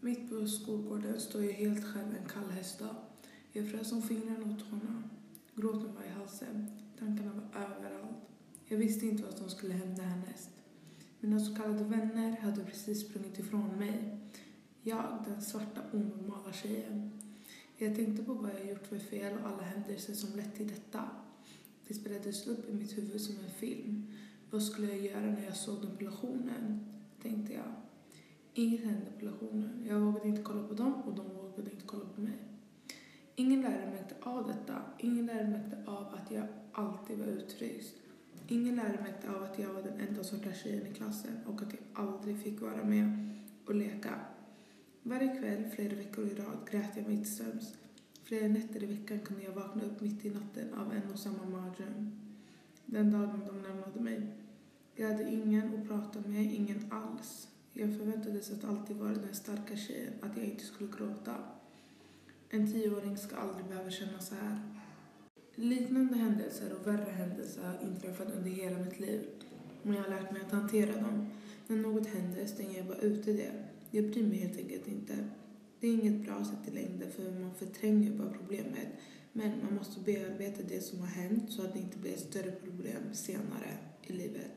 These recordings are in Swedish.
Mitt på skolgården står jag helt själv en kall höstdag. Jag frös om fingrarna och tårna. Gråten var i halsen. Tankarna var överallt. Jag visste inte vad som skulle hända härnäst. Mina så kallade vänner hade precis sprungit ifrån mig. Jag, den svarta onormala tjejen. Jag tänkte på vad jag gjort för fel och alla händelser som lett till detta. Det spelades upp i mitt huvud som en film. Vad skulle jag göra när jag såg den på lektionen? Tänkte jag. Inget hände på lektionen. Jag vågade inte kolla på dem och de vågade inte kolla på mig. Ingen lärare märkte av detta. Ingen lärare märkte av att jag alltid var utfryst. Ingen lärare märkte av att jag var den enda svarta tjejen i klassen och att jag aldrig fick vara med och leka. Varje kväll, flera veckor i rad, grät jag mig till sömns. Flera nätter i veckan kunde jag vakna upp mitt i natten av en och samma mardröm. Den dagen de lämnade mig. Jag hade ingen att prata med, ingen alls. Jag förväntades att alltid vara den starka tjejen, att jag inte skulle gråta. En 10-åring ska aldrig behöva känna så här. Liknande händelser och värre händelser har inträffat under hela mitt liv. Men jag har lärt mig att hantera dem. När något händer stänger jag bara ute det. Jag bryr mig helt enkelt inte. Det är inget bra sätt i längden för man förtränger bara problemet. Men man måste bearbeta det som har hänt så att det inte blir ett större problem senare i livet.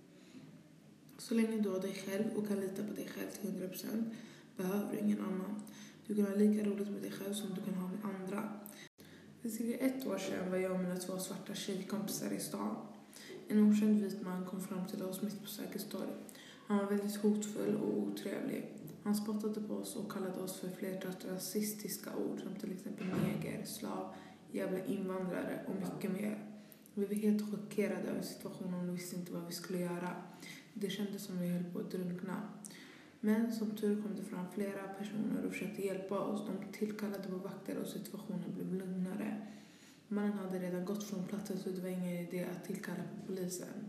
Så länge du har dig själv och kan lita på dig själv till 100% behöver du ingen annan. Du kan ha lika roligt med dig själv som du kan ha med andra. För cirka 1 år sedan var jag och mina 2 svarta tjejkompisar i stan. En okänd vit man kom fram till oss mitt på Sergels torg. Han var väldigt hotfull och otrevlig. Han spottade på oss och kallade oss för flertalet rasistiska ord som till exempel neger, slav, jävla invandrare och mycket mer. Vi var helt chockerade över situationen och visste inte vad vi skulle göra. Det kändes som vi höll på att drunkna. Men som tur kom det fram flera personer och försökte hjälpa oss. De tillkallade på vakter och situationen blev lugnare. Mannen hade redan gått från platsen så det var ingen idé att tillkalla på polisen.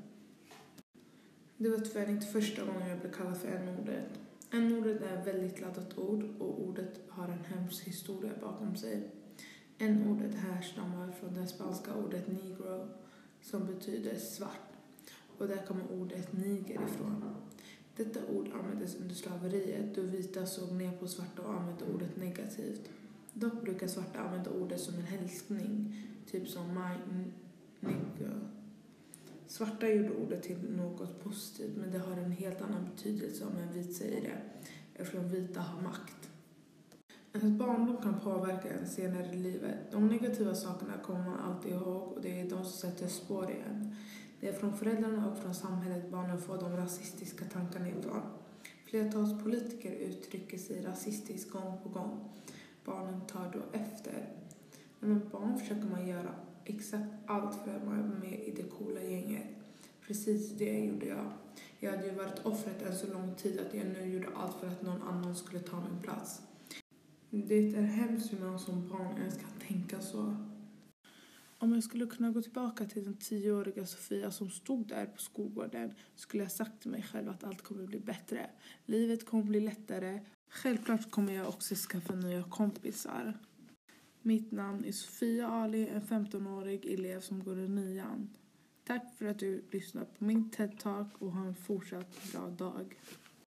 Det var tyvärr inte första gången jag blev kallad för n-ordet. N-ordet är ett väldigt laddat ord och ordet har en hemsk historia bakom sig. N-ordet härstammar från det spanska ordet negro som betyder svart. Och där kommer ordet niger ifrån. Detta ord användes under slaveriet då vita såg ner på svarta och använde ordet negativt. Dock brukar svarta använda ordet som en hälsning, typ som my nigger. Svarta gjorde ordet till något positivt men det har en helt annan betydelse om en vit säger det, eftersom vita har makt. Ens barndom kan påverka en senare i livet. De negativa sakerna kommer man alltid ihåg och det är de som sätter spår i en. Det är från föräldrarna och från samhället barnen får de rasistiska tankarna ifrån. Flertals politiker uttrycker sig rasistiskt gång på gång. Barnen tar då efter. När man barn försöker man göra exakt allt för att vara med i det coola gänget. Precis det gjorde jag. Jag hade ju varit offret en så lång tid att jag nu gjorde allt för att någon annan skulle ta min plats. Det är hemskt hur man som barn ens kan tänka så. Om jag skulle kunna gå tillbaka till den 10-åriga Sofia som stod där på skolgården skulle jag sagt till mig själv att allt kommer bli bättre. Livet kommer bli lättare. Självklart kommer jag också skaffa nya kompisar. Mitt namn är Sofia Ali, en 15-årig elev som går i 9:an. Tack för att du lyssnat på min TED-talk och ha en fortsatt bra dag.